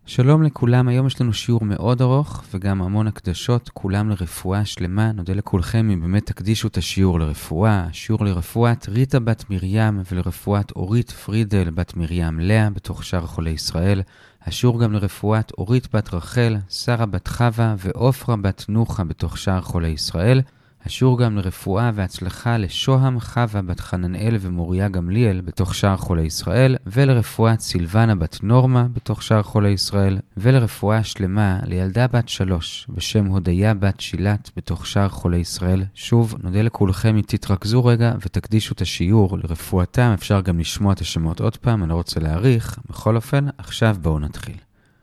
שלום לכולם, היום יש לנו שיעור מאוד ארוך וגם המון הקדשות, כולם לרפואה שלמה. נודה לכולכם אם באמת תקדישו את השיעור לרפואה. שיעור לרפואת ריטה בת מרים ולרפואת אורית פרידל בת מרים לאה בתוך שאר חולי ישראל. השיעור גם לרפואת אורית בת רחל, שרה בת חווה ואופרה בת נוחה בתוך שאר חולי ישראל. השיעור גם לרפואה והצלחה לשוהם חווה בת חננאל ומוריה גמליאל בתוך שאר חולי ישראל, ולרפואת סילבנה בת נורמה בתוך שאר חולי ישראל, ולרפואה שלמה לילדה בת 3 בשם הודיה בת שילת בתוך שאר חולי ישראל. שוב, נודה לכולכם אם תתרכזו רגע ותקדישו את השיעור לרפואתם. אפשר גם לשמוע את השמות עוד פעם, אני לא רוצה להאריך. בכל אופן, עכשיו בואו נתחיל.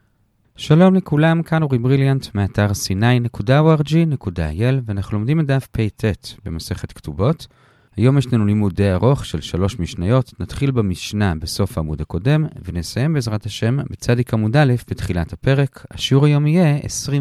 שלום לכולם, כאן אורי בריליאנט מאתר sinai.org.il, ואנחנו לומדים את דף פ"ט במסכת כתובות. היום יש לנו לימוד די ארוך של 3 משניות. נתחיל במשנה בסוף העמוד הקודם ונסיים בעזרת השם בצדיק עמוד א' בתחילת הפרק. השיעור היום יהיה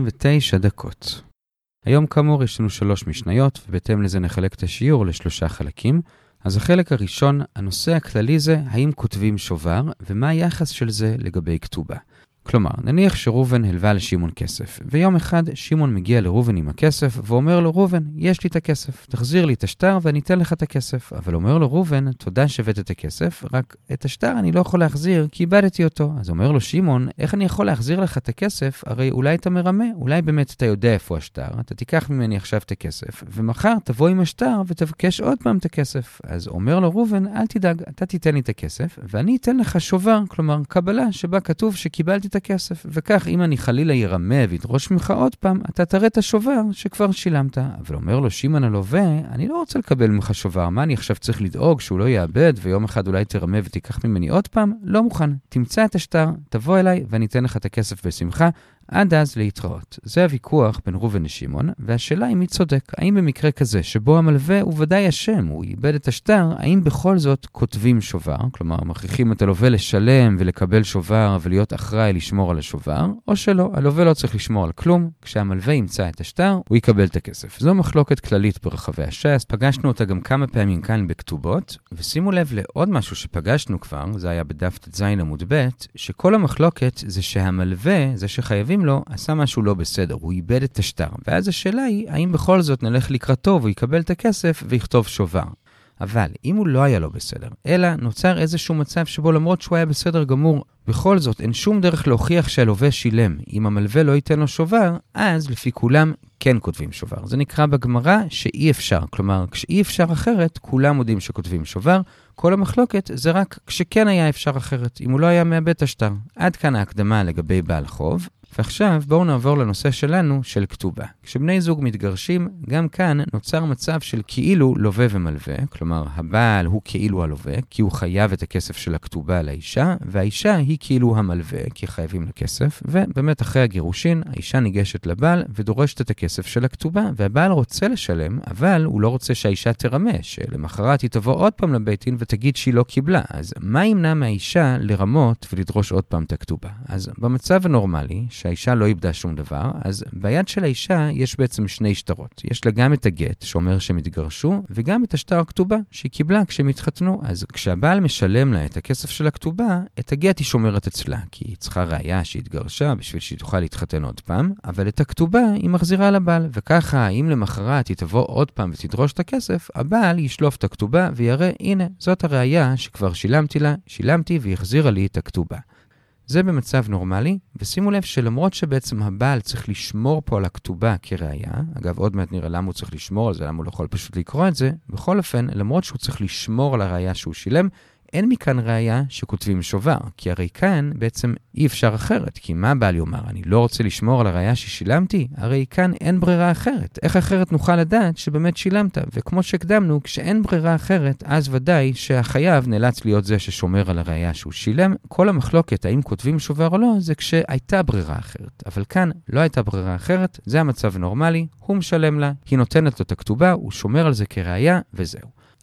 29 דקות. היום כאמור יש לנו 3 משניות, ובהתאם לזה נחלק את השיעור ל3 חלקים. אז החלק הראשון, הנושא הכללי זה האם כותבים שובר ומה היחס של זה לגבי כתובה. כלומר, נניח שרובן הלווה לשמעון כסף, ויום אחד שמעון מגיע לרובן עם הכסף, ואומר לו, רובן, יש לי את הכסף, תחזיר לי את השטר ואני אתן לך את הכסף. אבל אומר לו רובן, תודה שהבאת את הכסף, רק את השטר אני לא יכול להחזיר, כי איבדתי אותו. אז אומר לו שמעון, איך אני יכול להחזיר לך את הכסף? הרי אולי אתה מרמה, אולי באמת אתה יודע איפה השטר, אתה תיקח ממני עכשיו את הכסף, ומחר תבוא עם השטר ותבקש עוד פעם את הכסף. אז אומר לו רובן, אל תדאג, אתה תיתן לי את הכסף, ואני אתן לך שובר, כלומר קבלה שבה כתוב שקיבלתי את הכסף, וכך אם אני חלילה ירמה וידרוש ממך עוד פעם, אתה תראה את השובר שכבר שילמת. אבל אומר לו שמעון הלווה, אני לא רוצה לקבל ממך שובר, מה אני עכשיו צריך לדאוג שהוא לא יאבד ויום אחד אולי תרמה ותיקח ממני עוד פעם? לא מוכן, תמצא את השטר, תבוא אליי ואני אתן לך את הכסף בשמחה, עד אז להתראות. זה הוויכוח בין ראובן לשמעון, והשאלה היא מי צודק. האם במקרה כזה שבו המלווה הוא ודאי אשם, הוא איבד את השטר, האם בכל זאת כותבים שובר? כלומר, מכריחים את הלווה לשלם ולקבל שובר ולהיות אחראי לשמור על השובר, או שלא, הלווה לא צריך לשמור על כלום, כשהמלווה ימצא את השטר, הוא יקבל את הכסף. זו מחלוקת כללית ברחבי הש"ס, פגשנו אותה גם כמה פעמים כאן בכתובות, ושימו לב לעוד משהו שפגשנו כבר, זה היה בדף ט"ז עמוד ב', שכל המחלוקת זה שהמלווה, זה שחייבים לו, עשה משהו לא בסדר, הוא איבד את השטר. ואז השאלה היא, האם בכל זאת נלך לקראתו והוא יקבל את הכסף ויכתוב שובר. אבל אם הוא לא היה לו בסדר, אלא נוצר איזשהו מצב שבו למרות שהוא היה בסדר גמור, בכל זאת אין שום דרך להוכיח שהלווה שילם. אם המלווה לא ייתן לו שובר, אז לפי כולם כן כותבים שובר. זה נקרא בגמרא שאי אפשר. כלומר, כשאי אפשר אחרת, כולם יודעים שכותבים שובר. כל המחלוקת זה רק כשכן היה אפשר אחרת, אם הוא לא היה מאבד את השטר. עד כאן ההקדמה לגבי בעל חוב. ועכשיו בואו נעבור לנושא שלנו של כתובה. כשבני זוג מתגרשים, גם כאן נוצר מצב של כאילו לווה ומלווה, כלומר הבעל הוא כאילו הלווה, כי הוא חייב את הכסף של הכתובה לאישה, והאישה היא כאילו המלווה, כי חייבים לכסף, ובאמת אחרי הגירושין, האישה ניגשת לבעל ודורשת את הכסף של הכתובה, והבעל רוצה לשלם, אבל הוא לא רוצה שהאישה תרמה, שלמחרת היא תבוא עוד פעם לבית דין ותגיד שהיא לא קיבלה. אז מה ימנע מהאישה לרמות ולדרוש עוד פעם את הכתובה? אז במצב הנורמלי, שהאישה לא איבדה שום דבר, אז ביד של האישה יש בעצם 2 שטרות. יש לה גם את הגט שאומר שהם התגרשו, וגם את השטר הכתובה שהיא קיבלה כשהם התחתנו. אז כשהבעל משלם לה את הכסף של הכתובה, את הגט היא שומרת אצלה, כי היא צריכה ראיה שהיא התגרשה בשביל שהיא תוכל להתחתן עוד פעם, אבל את הכתובה היא מחזירה לבעל. וככה, אם למחרת היא תבוא עוד פעם ותדרוש את הכסף, הבעל ישלוף את הכתובה ויראה, הנה, זאת הראיה שכבר שילמתי והיא החזירה לי את הכתובה. זה במצב נורמלי, ושימו לב שלמרות שבעצם הבעל צריך לשמור פה על הכתובה כראיה, אגב עוד מעט נראה למה הוא צריך לשמור על זה, למה הוא לא יכול פשוט לקרוא את זה, בכל אופן, למרות שהוא צריך לשמור על הראיה שהוא שילם, אין מכאן ראיה שכותבים שובר, כי הרי כאן בעצם אי אפשר אחרת, כי מה הבעל יאמר? אני לא רוצה לשמור על הראיה ששילמתי? הרי כאן אין ברירה אחרת. איך אחרת נוכל לדעת שבאמת שילמת? וכמו שקדמנו, כשאין ברירה אחרת, אז ודאי שהחייב נאלץ להיות זה ששומר על הראיה שהוא שילם. כל המחלוקת, האם כותבים שובר או לא, זה כשהייתה ברירה אחרת. אבל כאן לא הייתה ברירה אחרת, זה המצב הנורמלי, הוא משלם לה, היא נותנת לו את הכתובה, הוא שומר על זה כראיה, וזהו.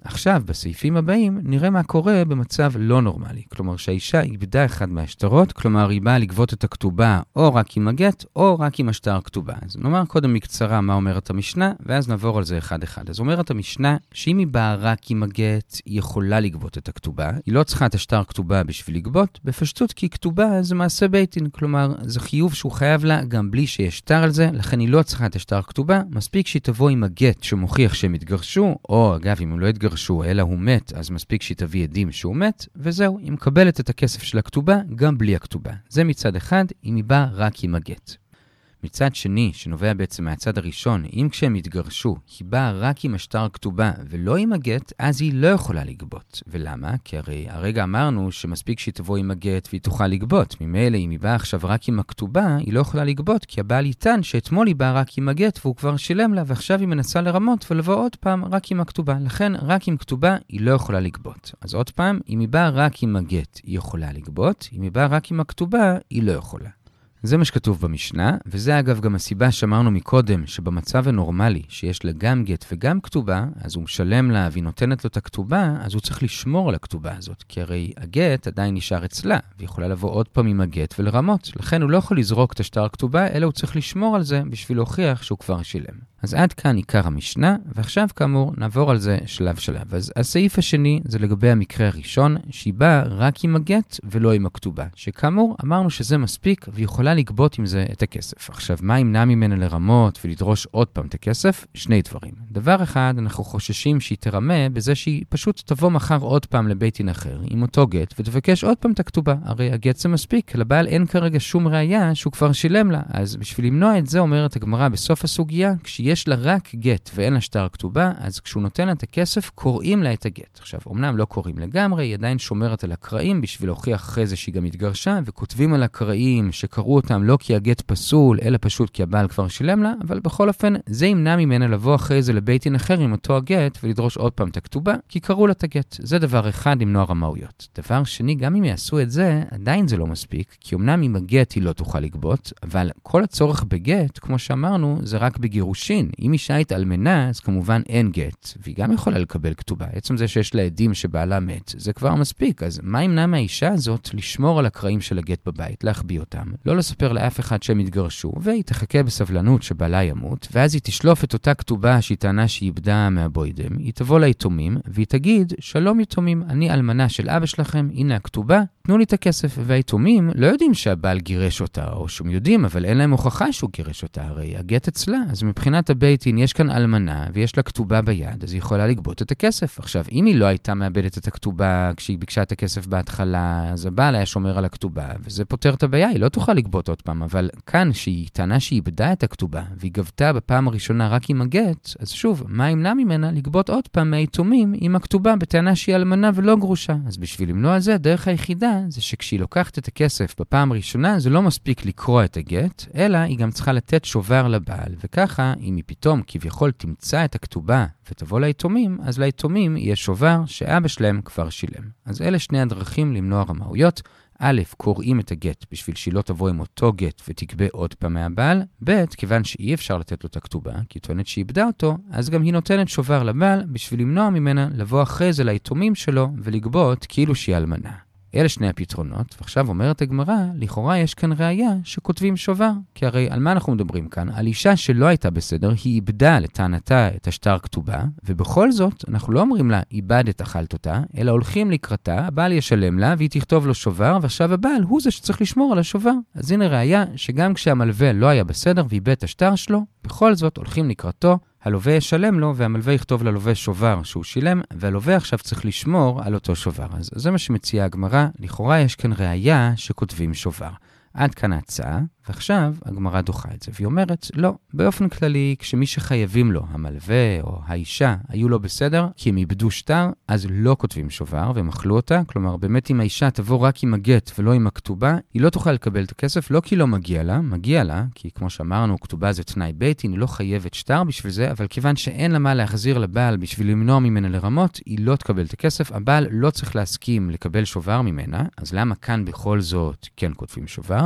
עכשיו, בסעיפים הבאים, נראה מה קורה במצב לא נורמלי. כלומר, שהאישה איבדה אחד מהשטרות, כלומר, היא באה לגבות את הכתובה או רק עם הגט, או רק עם השטר הכתובה. אז נאמר קודם מקצרה מה אומרת המשנה, ואז נעבור על זה אחד אחד. אז אומרת המשנה, שאם היא באה רק עם הגט, היא יכולה לגבות את הכתובה. היא לא צריכה את השטר הכתובה בשביל לגבות, בפשטות כי כתובה זה מעשה בית דין. כלומר, זה חיוב שהוא חייב לה גם בלי שיש שטר על זה, לכן היא לא צריכה את השטר הכתובה. מספיק שהיא תבוא עם הגט שמוכיח שהם התגרשו, או אגב, אם הם לא התגרשו, אלא הוא מת, אז מספיק שהיא תביא עדים שהוא מת, וזהו, היא מקבלת את הכסף של הכתובה גם בלי הכתובה. זה מצד אחד, אם היא באה רק עם הגט. מצד שני, שנובע בעצם מהצד הראשון, אם כשהם התגרשו, היא באה רק עם השטר כתובה ולא עם הגט, אז היא לא יכולה לגבות. ולמה? כי הרגע אמרנו שמספיק שהיא תבוא עם הגט והיא תוכל לגבות. ממילא, אם היא באה עכשיו רק עם הכתובה, היא לא יכולה לגבות, כי הבעל יטען שאתמול היא באה רק עם הגט והוא כבר שילם לה, ועכשיו היא מנסה לרמות ולבוא עוד פעם רק עם הכתובה. לכן, רק עם כתובה היא לא יכולה לגבות. אז עוד פעם, אם היא באה רק עם הגט, היא יכולה לגבות. אם היא באה רק עם הכתובה, היא לא יכולה. זה מה שכתוב במשנה, וזה אגב גם הסיבה שאמרנו מקודם, שבמצב הנורמלי, שיש לה גם גט וגם כתובה, אז הוא משלם לה והיא נותנת לו את הכתובה, אז הוא צריך לשמור על הכתובה הזאת, כי הרי הגט עדיין נשאר אצלה, והיא יכולה לבוא עוד פעם עם הגט ולרמות, לכן הוא לא יכול לזרוק את השטר הכתובה, אלא הוא צריך לשמור על זה בשביל להוכיח שהוא כבר שילם. אז עד כאן עיקר המשנה, ועכשיו כאמור נעבור על זה שלב שלב. אז הסעיף השני זה לגבי המקרה הראשון, שהיא באה רק עם הגט ולא עם הכתובה, שכאמור אמרנו שזה מספיק והיא יכולה לגבות עם זה את הכסף. עכשיו, מה ימנע ממנה לרמות ולדרוש עוד פעם את הכסף? שני דברים. דבר אחד, אנחנו חוששים שהיא תרמה בזה שהיא פשוט תבוא מחר עוד פעם לבית דין אחר עם אותו גט ותבקש עוד פעם את הכתובה. הרי הגט זה מספיק, לבעל אין כרגע שום ראייה שהוא כבר שילם לה. אז בשביל למנוע את זה אומרת הגמרא בסוף הסוגיה, כשיש לה רק גט ואין לה שטר כתובה, אז כשהוא נותן לה את הכסף, קוראים לה את הגט. עכשיו, אמנם לא קוראים לגמרי, היא עדיין שומרת על הקראים בשביל להוכיח אחרי זה שהיא גם התגרשה, וכותבים על הקראים שקראו אותם לא כי הגט פסול, אלא פשוט כי הבעל כבר שילם לה, אבל בכל אופן, זה ימנע ממנה לבוא אחרי זה לבית דין אחר עם אותו הגט ולדרוש עוד פעם את הכתובה, כי קראו לה את הגט. זה דבר אחד עם נוער רמאויות. דבר שני, גם אם יעשו את זה, עדיין זה לא מספיק, כי אמנם עם הגט היא לא תוכל לגבות, אבל כל הצורך בגט, כמו שאמרנו, זה רק בגירושין. אם אישה התאלמנה, אז כמובן אין גט, והיא גם יכולה לקבל כתובה. עצם זה שיש לה עדים שבעלה מת, זה כבר מספיק. אז מה ימנע מהאישה הזאת לשמור על הקראים של הגט בבית, להחביא אותם, לא לספר לאף אחד שהם יתגרשו, והיא תחכה בסבלנות שבעלה ימות, ואז היא תשלוף את אותה כתובה שהיא טענה שהיא איבדה מהבוידם, היא תבוא ליתומים, והיא תגיד, שלום יתומים, אני אלמנה של אבא שלכם, הנה הכתובה, תנו לי את הכסף. והיתומים לא יודעים שהבעל גירש אותה, או שהם יודעים, אבל אין להם הוכחה שהוא גירש אותה, הרי הגט אצלה. אז מבחינת הבית דין יש כאן אלמנה, ויש לה כתובה ביד, אז היא יכולה לגבות את הכסף. עכשיו, אם היא לא הייתה מאבדת את הכתובה כשהיא ביקשה את הכסף בהתחלה, אז הבעל היה שומר על הכתובה, וזה פותר את הבעיה, היא לא תוכל לגבות עוד פעם. אבל כאן, שהיא טענה שהיא איבדה את הכתובה, והיא גבתה בפעם הראשונה רק עם הגט, אז שוב, מה ימנע ממנה לגבות עוד פעם מהיתומים עם הכתובה, בטענה שהיא אלמנה ולא גרושה? אז בשביל למנוע זה, הדרך היחידה זה שכשהיא לוקחת את הכסף בפעם הראשונה, זה לא מספיק לקרוא את הגט, אלא היא גם צריכה לתת שובר לבעל, וככה, אם היא פתאום כביכול תמצא את הכתובה ותבוא ליתומים, אז ליתומים יהיה שובר שאבא שלהם כבר שילם. אז אלה שני הדרכים למנוע רמאויות. א', קוראים את הגט בשביל שהיא לא תבוא עם אותו גט ותקבה עוד פעם מהבעל. ב', כיוון שאי אפשר לתת לו את הכתובה, כי היא טוענת שהיא איבדה אותו, אז גם היא נותנת שובר לבעל בשביל למנוע ממנה לבוא אחרי זה ליתומים שלו ולגבות כאילו שהיא אלמנה. אלה שני הפתרונות, ועכשיו אומרת הגמרא, לכאורה יש כאן ראייה שכותבים שובר. כי הרי על מה אנחנו מדברים כאן? על אישה שלא הייתה בסדר, היא איבדה לטענתה את השטר כתובה, ובכל זאת אנחנו לא אומרים לה, איבדת אכלת אותה, אלא הולכים לקראתה, הבעל ישלם לה, והיא תכתוב לו שובר, ועכשיו הבעל הוא זה שצריך לשמור על השובר. אז הנה ראייה שגם כשהמלווה לא היה בסדר ואיבד את השטר שלו, בכל זאת הולכים לקראתו, הלווה ישלם לו, והמלווה יכתוב ללווה שובר שהוא שילם, והלווה עכשיו צריך לשמור על אותו שובר. אז זה מה שמציעה הגמרא, לכאורה יש כאן ראייה שכותבים שובר. עד כאן ההצעה, ועכשיו הגמרא דוחה את זה, והיא אומרת, לא, באופן כללי, כשמי שחייבים לו, המלווה או האישה, היו לו בסדר, כי הם איבדו שטר, אז לא כותבים שובר ומחלו אותה, כלומר, באמת אם האישה תבוא רק עם הגט ולא עם הכתובה, היא לא תוכל לקבל את הכסף, לא כי לא מגיע לה, מגיע לה, כי כמו שאמרנו, כתובה זה תנאי בית, היא לא חייבת שטר בשביל זה, אבל כיוון שאין לה מה להחזיר לבעל בשביל למנוע ממנה לרמות, היא לא תקבל את הכסף, הבעל לא צריך להסכים לקבל שובר ממנה, אז למה כאן בכל זאת כן כותבים שובר?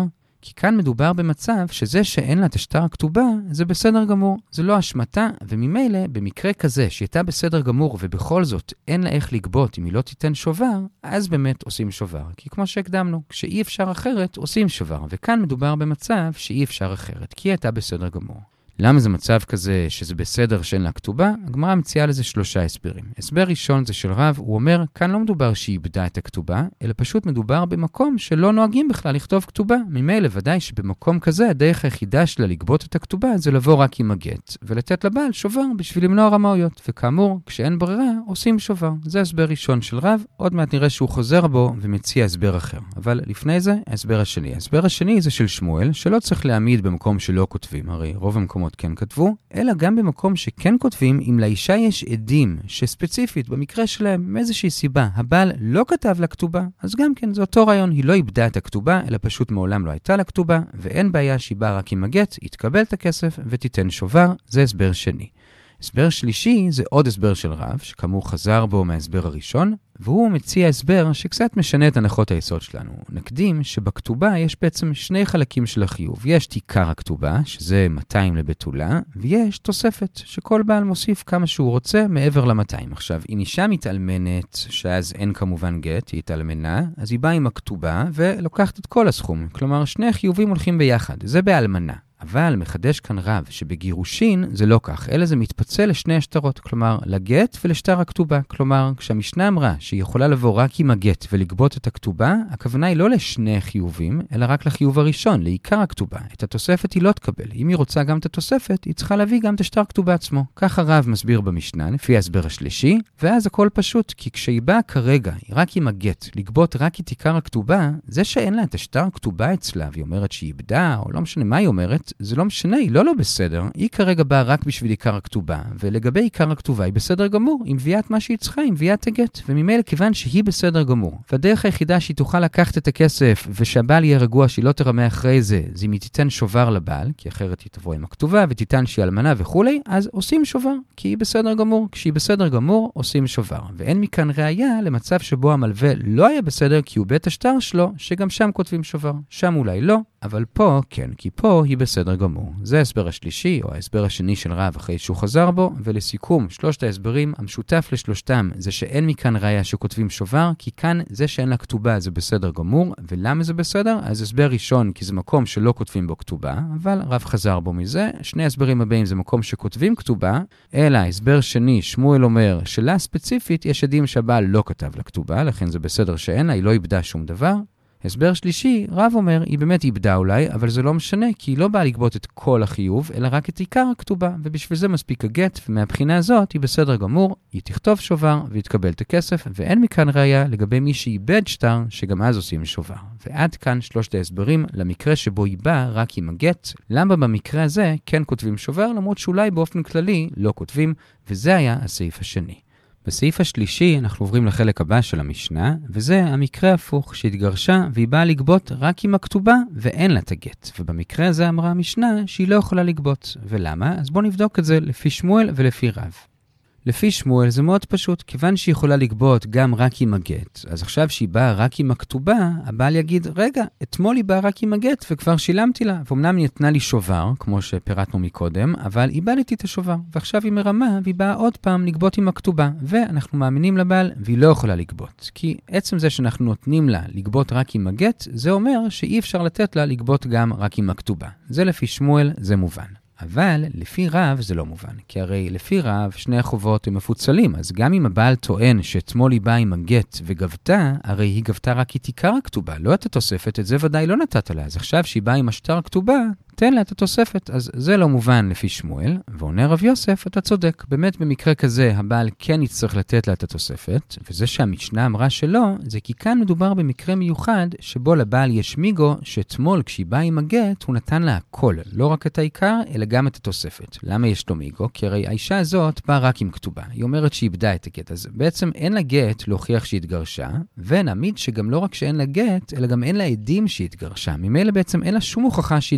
כי כאן מדובר במצב שזה שאין לה את השטר הכתובה, זה בסדר גמור, זה לא אשמתה, וממילא במקרה כזה שהייתה בסדר גמור ובכל זאת אין לה איך לגבות אם היא לא תיתן שובר, אז באמת עושים שובר. כי כמו שהקדמנו, כשאי אפשר אחרת עושים שובר, וכאן מדובר במצב שאי אפשר אחרת, כי היא הייתה בסדר גמור. למה זה מצב כזה שזה בסדר שאין לה כתובה? הגמרא מציעה לזה 3 הסברים. הסבר ראשון זה של רב, הוא אומר, כאן לא מדובר שהיא איבדה את הכתובה, אלא פשוט מדובר במקום שלא נוהגים בכלל לכתוב כתובה. ממילא ודאי שבמקום כזה הדרך היחידה שלה לגבות את הכתובה זה לבוא רק עם הגט, ולתת לבעל שובר בשביל למנוע רמאויות. וכאמור, כשאין ברירה, עושים שובר. זה הסבר ראשון של רב, עוד מעט נראה שהוא חוזר בו ומציע הסבר אחר. אבל לפני זה, ההסבר השני. ההסבר השני זה של שמואל, שלא צריך להעמיד במקום שלא כותבים. הרי רוב המקומות כן כתבו, אלא גם במקום שכן כותבים, אם לאישה יש עדים שספציפית במקרה שלהם מאיזושהי סיבה הבעל לא כתב לה כתובה, אז גם כן זה אותו רעיון, היא לא איבדה את הכתובה, אלא פשוט מעולם לא הייתה לה כתובה, ואין בעיה שהיא באה רק עם הגט, יתקבל את הכסף ותיתן שובר. זה הסבר שני. הסבר שלישי זה עוד הסבר של רב, שכאמור חזר בו מההסבר הראשון, והוא מציע הסבר שקצת משנה את הנחות היסוד שלנו. נקדים שבכתובה יש בעצם 2 חלקים של החיוב. יש עיקר הכתובה, שזה 200 לבתולה, ויש תוספת, שכל בעל מוסיף כמה שהוא רוצה מעבר ל-200. עכשיו, אם אישה מתאלמנת, שאז אין כמובן גט, היא התאלמנה, אז היא באה עם הכתובה ולוקחת את כל הסכום. כלומר, 2 חיובים הולכים ביחד. זה באלמנה. אבל מחדש כאן רב שבגירושין זה לא כך, אלא זה מתפצל ל2 השטרות, כלומר לגט ולשטר הכתובה. כלומר, כשהמשנה אמרה שהיא יכולה לבוא רק עם הגט ולגבות את הכתובה, הכוונה היא לא ל2 חיובים, אלא רק לחיוב הראשון, לעיקר הכתובה. את התוספת היא לא תקבל. אם היא רוצה גם את התוספת, היא צריכה להביא גם את השטר הכתובה עצמו. ככה רב מסביר במשנה, לפי ההסבר השלישי, ואז הכל פשוט, כי כשהיא באה כרגע, היא רק עם הגט, לגבות רק את עיקר הכתובה, זה שאין לה את השטר הכתובה אצלה, והיא אומרת שהיא איבדה, או לא משנה מה היא אומרת, זה לא משנה, היא לא בסדר. היא כרגע באה רק בשביל עיקר הכתובה, ולגבי עיקר הכתובה היא בסדר גמור, היא מביאה את מה שהיא צריכה, היא מביאה את הגט, וממילא כיוון שהיא בסדר גמור. והדרך היחידה שהיא תוכל לקחת את הכסף, ושהבעל יהיה רגוע שהיא לא תרמה אחרי זה, זה אם היא תיתן שובר לבעל, כי אחרת היא תבוא עם הכתובה, ותיתן שהיא אלמנה וכולי, אז עושים שובר, כי היא בסדר גמור. כשהיא בסדר גמור, עושים שובר. ואין מכאן ראיה למצב שבו המלווה לא היה בסדר, כי הוא בית השטר שלו, שגם שם כותבים שובר. שם אולי לא, אבל פה כן, כי פה היא בסדר גמור. זה ההסבר השלישי, או ההסבר השני של רב אחרי שהוא חזר בו, ולסיכום, 3 ההסברים, המשותף לשלושתם זה שאין מכאן ראיה שכותבים שובר, כי כאן זה שאין לה כתובה זה בסדר גמור, ולמה זה בסדר? אז הסבר ראשון, כי זה מקום שלא כותבים בו כתובה, אבל רב חזר בו מזה. 2 הסברים הבאים זה מקום שכותבים כתובה, אלא הסבר שני, שמואל אומר שלה ספציפית יש עדים שהבעל לא כתב לה כתובה, לכן זה בסדר שאין לה, היא לא איבדה שום דבר. הסבר שלישי, רב אומר, היא באמת איבדה אולי, אבל זה לא משנה, כי היא לא באה לגבות את כל החיוב, אלא רק את עיקר הכתובה, ובשביל זה מספיק הגט, ומהבחינה הזאת היא בסדר גמור, היא תכתוב שובר ויתקבל את הכסף, ואין מכאן ראיה לגבי מי שאיבד שטר, שגם אז עושים שובר. ועד כאן 3 ההסברים למקרה שבו היא באה רק עם הגט, למה במקרה הזה כן כותבים שובר, למרות שאולי באופן כללי לא כותבים, וזה היה הסעיף השני. בסעיף השלישי אנחנו עוברים לחלק הבא של המשנה, וזה המקרה הפוך שהתגרשה והיא באה לגבות רק עם הכתובה ואין לה את הגט. ובמקרה הזה אמרה המשנה שהיא לא יכולה לגבות. ולמה? אז בואו נבדוק את זה לפי שמואל ולפי רב. לפי שמואל זה מאוד פשוט, כיוון שהיא יכולה לגבות גם רק עם הגט, אז עכשיו שהיא באה רק עם הכתובה, הבעל יגיד, רגע, אתמול היא באה רק עם הגט וכבר שילמתי לה, ואומנם היא נתנה לי שובר, כמו שפירטנו מקודם, אבל איבדתי את השובר, ועכשיו היא מרמה והיא באה עוד פעם לגבות עם הכתובה, ואנחנו מאמינים לבעל והיא לא יכולה לגבות, כי עצם זה שאנחנו נותנים לה לגבות רק עם הגט, זה אומר שאי אפשר לתת לה לגבות גם רק עם הכתובה. זה לפי שמואל, זה מובן. אבל לפי רב זה לא מובן, כי הרי לפי רב 2 החובות הם מפוצלים, אז גם אם הבעל טוען שאתמול היא באה עם הגט וגבתה, הרי היא גבתה רק את עיקר הכתובה, לא את התוספת, את זה ודאי לא נתת לה, אז עכשיו שהיא באה עם השטר הכתובה, תן לה את התוספת, אז זה לא מובן לפי שמואל, ועונה רב יוסף, אתה צודק, באמת במקרה כזה הבעל כן יצטרך לתת לה את התוספת, וזה שהמשנה אמרה שלא, זה כי כאן מדובר במקרה מיוחד, שבו לבעל יש מיגו, שאתמול כשהיא באה עם הגט, הוא נתן לה הכל, לא רק את העיקר, אלא גם את התוספת. למה יש לו מיגו? כי הרי האישה הזאת באה רק עם כתובה, היא אומרת שהיא איבדה את הגט, אז בעצם אין לה גט להוכיח שהיא התגרשה, ונעמיד שגם לא רק שאין לה גט, אלא גם אין לה עדים שהיא התגרשה, ממילא בעצם אין לה שום הוכחה שהיא התגרשה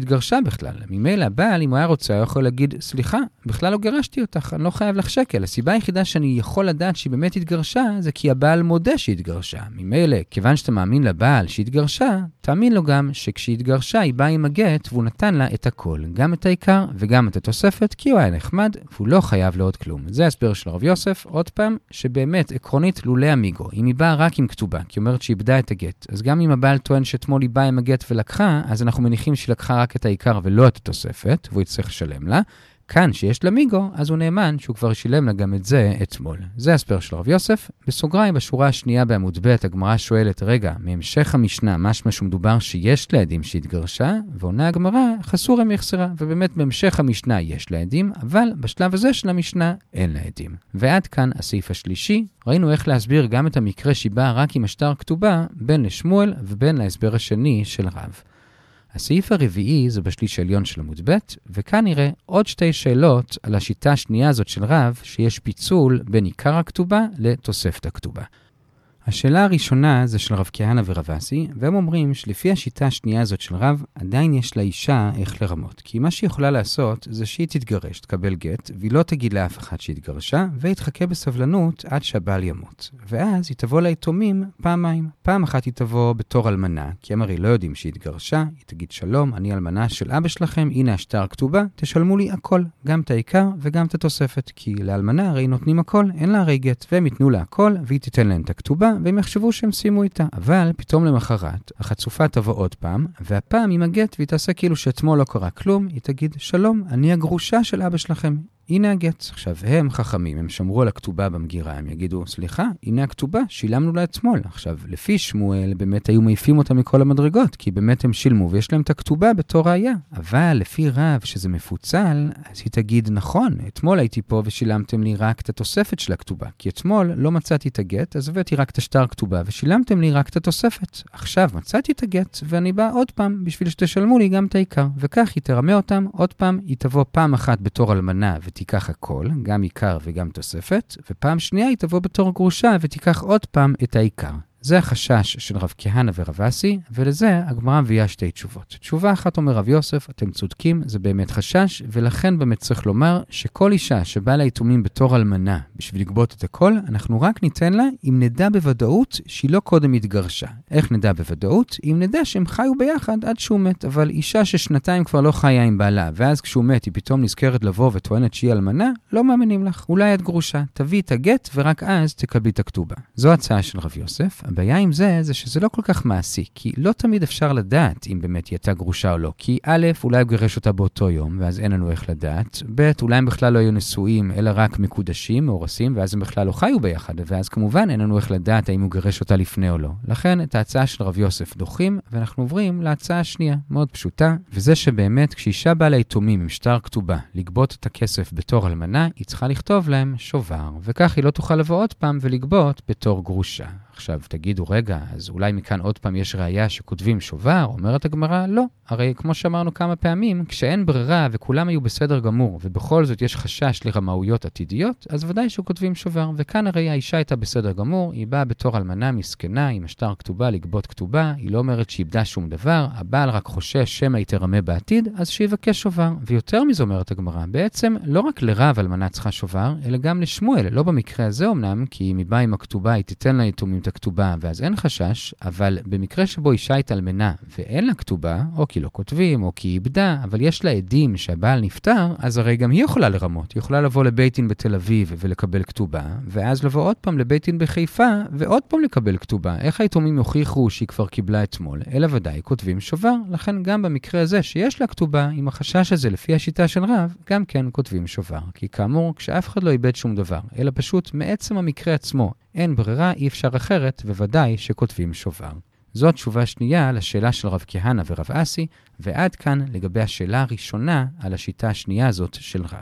בכלל. ממילא הבעל, אם הוא היה רוצה, הוא יכול להגיד, סליחה, בכלל לא גרשתי אותך, אני לא חייב לך שקל. הסיבה היחידה שאני יכול לדעת שהיא באמת התגרשה, זה כי הבעל מודה שהיא התגרשה. ממילא, כיוון שאתה מאמין לבעל שהיא התגרשה, תאמין לו גם שכשהיא התגרשה, היא באה עם הגט, והוא נתן לה את הכל, גם את העיקר וגם את התוספת, כי הוא היה נחמד, והוא לא חייב לעוד כלום. זה ההסבר של הרב יוסף, עוד פעם, שבאמת, עקרונית, לולא המיגו. אם היא באה רק עם כתובה, כי אומרת שהיא איבדה את הגט. אז גם אם הבעל טוען שאתמול היא באה עם הגט ולקחה, אז אנחנו מניחים שהיא לקחה רק את העיקר ולא את התוספת, והוא יצטרך לשלם לה. כאן שיש לה מיגו, אז הוא נאמן שהוא כבר שילם לה גם את זה אתמול. זה הסבר של הרב יוסף. בסוגריים, בשורה השנייה בעמוד ב', הגמרא שואלת, רגע, מהמשך המשנה, משמע שמדובר שיש לה עדים שהתגרשה, ועונה הגמרא, חסורה מחסרה, ובאמת בהמשך המשנה יש לה עדים, אבל בשלב הזה של המשנה אין לה עדים. ועד כאן הסעיף השלישי, ראינו איך להסביר גם את המקרה שבא רק עם השטר כתובה, בין לשמואל ובין להסבר השני של רב. הסעיף הרביעי זה בשליש העליון של עמוד ב', וכאן נראה עוד שתי שאלות על השיטה השנייה הזאת של רב, שיש פיצול בין עיקר הכתובה לתוספת הכתובה. השאלה הראשונה זה של רב כהנא ורב אסי, והם אומרים שלפי השיטה השנייה הזאת של רב, עדיין יש לאישה איך לרמות. כי מה שהיא יכולה לעשות זה שהיא תתגרש, תקבל גט, והיא לא תגיד לאף אחד שהיא התגרשה, והיא תחכה בסבלנות עד שהבעל ימות. ואז היא תבוא ליתומים פעמיים. פעם אחת היא תבוא בתור אלמנה, כי הם הרי לא יודעים שהיא התגרשה, היא תגיד שלום, אני אלמנה של אבא שלכם, הנה השטר כתובה, תשלמו לי הכל, גם את העיקר וגם את התוספת, כי לאלמנה הרי נותנים הכל, אין לה הרי גט, והם ייתנו לה הכל, והיא תיתן להם את הכתובה, והם יחשבו שהם סיימו איתה. אבל פתאום למחרת, החצופה תבוא עוד פעם, והפעם עם הגט, והיא תעשה כאילו שאתמול לא קרה כלום, היא תגיד, שלום, אני הגרושה של אבא שלכם. הנה הגט. עכשיו, הם חכמים, הם שמרו על הכתובה במגירה, הם יגידו, סליחה, הנה הכתובה, שילמנו לה אתמול. עכשיו, לפי שמואל, באמת היו מעיפים אותה מכל המדרגות, כי באמת הם שילמו, ויש להם את הכתובה בתור ראיה. אבל לפי רב, שזה מפוצל, אז היא תגיד, נכון, אתמול הייתי פה ושילמתם לי רק את התוספת של הכתובה, כי אתמול לא מצאתי את הגט, אז הבאתי רק את השטר כתובה, ושילמתם לי רק את התוספת. עכשיו מצאתי את הגט, ואני בא עוד פעם, בשביל שתשלמו לי גם את העיקר. וכך היא תרמה אותם, עוד פעם, היא תבוא פעם אחת בתור אלמנה ותיקח הכל, גם עיקר וגם תוספת, ופעם שנייה היא תבוא בתור גרושה ותיקח עוד פעם את העיקר. זה החשש של רב כהנא ורב אסי, ולזה הגמרא מביאה שתי תשובות. תשובה אחת אומר רב יוסף, אתם צודקים, זה באמת חשש, ולכן באמת צריך לומר שכל אישה שבאה ליתומים בתור אלמנה בשביל לגבות את הכל, אנחנו רק ניתן לה אם נדע בוודאות שהיא לא קודם התגרשה. איך נדע בוודאות? אם נדע שהם חיו ביחד עד שהוא מת, אבל אישה ששנתיים כבר לא חיה עם בעלה, ואז כשהוא מת היא פתאום נזכרת לבוא וטוענת שהיא אלמנה, לא מאמינים לך. אולי את גרושה, תביא את הגט ורק אז תקבלי את הכתובה. זו הצעה של רב יוסף. הבעיה עם זה שזה לא כל כך מעשי, כי לא תמיד אפשר לדעת אם באמת היא הייתה גרושה או לא, כי א', אולי הוא גירש אותה באותו יום, ואז אין לנו איך לדעת, ב', אולי הם בכלל לא היו נשואים, אלא רק מקודשים, מאורסים, ואז הם בכלל לא חיו ביחד, ואז כמובן אין לנו איך לדעת האם הוא גירש אותה לפני או לא. לכן את ההצעה של רב יוסף דוחים, ואנחנו עוברים להצעה השנייה, מאוד פשוטה, וזה שבאמת כשאישה באה ליתומים עם שטר כתובה, לגבות את הכסף בתור אלמנה, היא צריכה לכתוב להם שובר, וכך היא לא תוכל לבוא עוד פעם ולגבות בתור גרושה. עכשיו תגידו, רגע, אז אולי מכאן עוד פעם יש ראייה שכותבים שובר? אומרת הגמרא, לא. הרי כמו שאמרנו כמה פעמים, כשאין ברירה וכולם היו בסדר גמור, ובכל זאת יש חשש לרמאויות עתידיות, אז ודאי שכותבים שובר. וכאן הרי האישה הייתה בסדר גמור, היא באה בתור אלמנה מסכנה, עם השטר כתובה, לגבות כתובה, היא לא אומרת שאיבדה שום דבר, הבעל רק חושש שמא היא תרמה בעתיד, אז שיבקש שובר. ויותר מזה אומרת הגמרא, בעצם לא רק לרב אלמנה צריכה שובר, אלא גם לשמואל. לא במקרה הזה אמנם, כי אם היא באה עם הכתובה, היא תיתן לה יתומים הכתובה, ואז אין חשש, אבל במקרה שבו אישה התאלמנה ואין לה כתובה, או כי לא כותבים, או כי היא איבדה, אבל יש לה עדים שהבעל נפטר, אז הרי גם היא יכולה לרמות. היא יכולה לבוא לבית דין בתל אביב ולקבל כתובה, ואז לבוא עוד פעם לבית דין בחיפה ועוד פעם לקבל כתובה. איך היתומים יוכיחו שהיא כבר קיבלה אתמול? אלא ודאי כותבים שובר. לכן גם במקרה הזה שיש לה כתובה, עם החשש הזה לפי השיטה של רב, גם כן כותבים שובר. כי כאמור, כשאף אחד לא איבד שום דבר, אלא פשוט מעצם המקרה עצמו, אין ברירה, אי אפשר אחרת, וודאי שכותבים שובר. זו התשובה השנייה לשאלה של רב כהנא ורב אסי, ועד כאן לגבי השאלה הראשונה על השיטה השנייה הזאת של רב.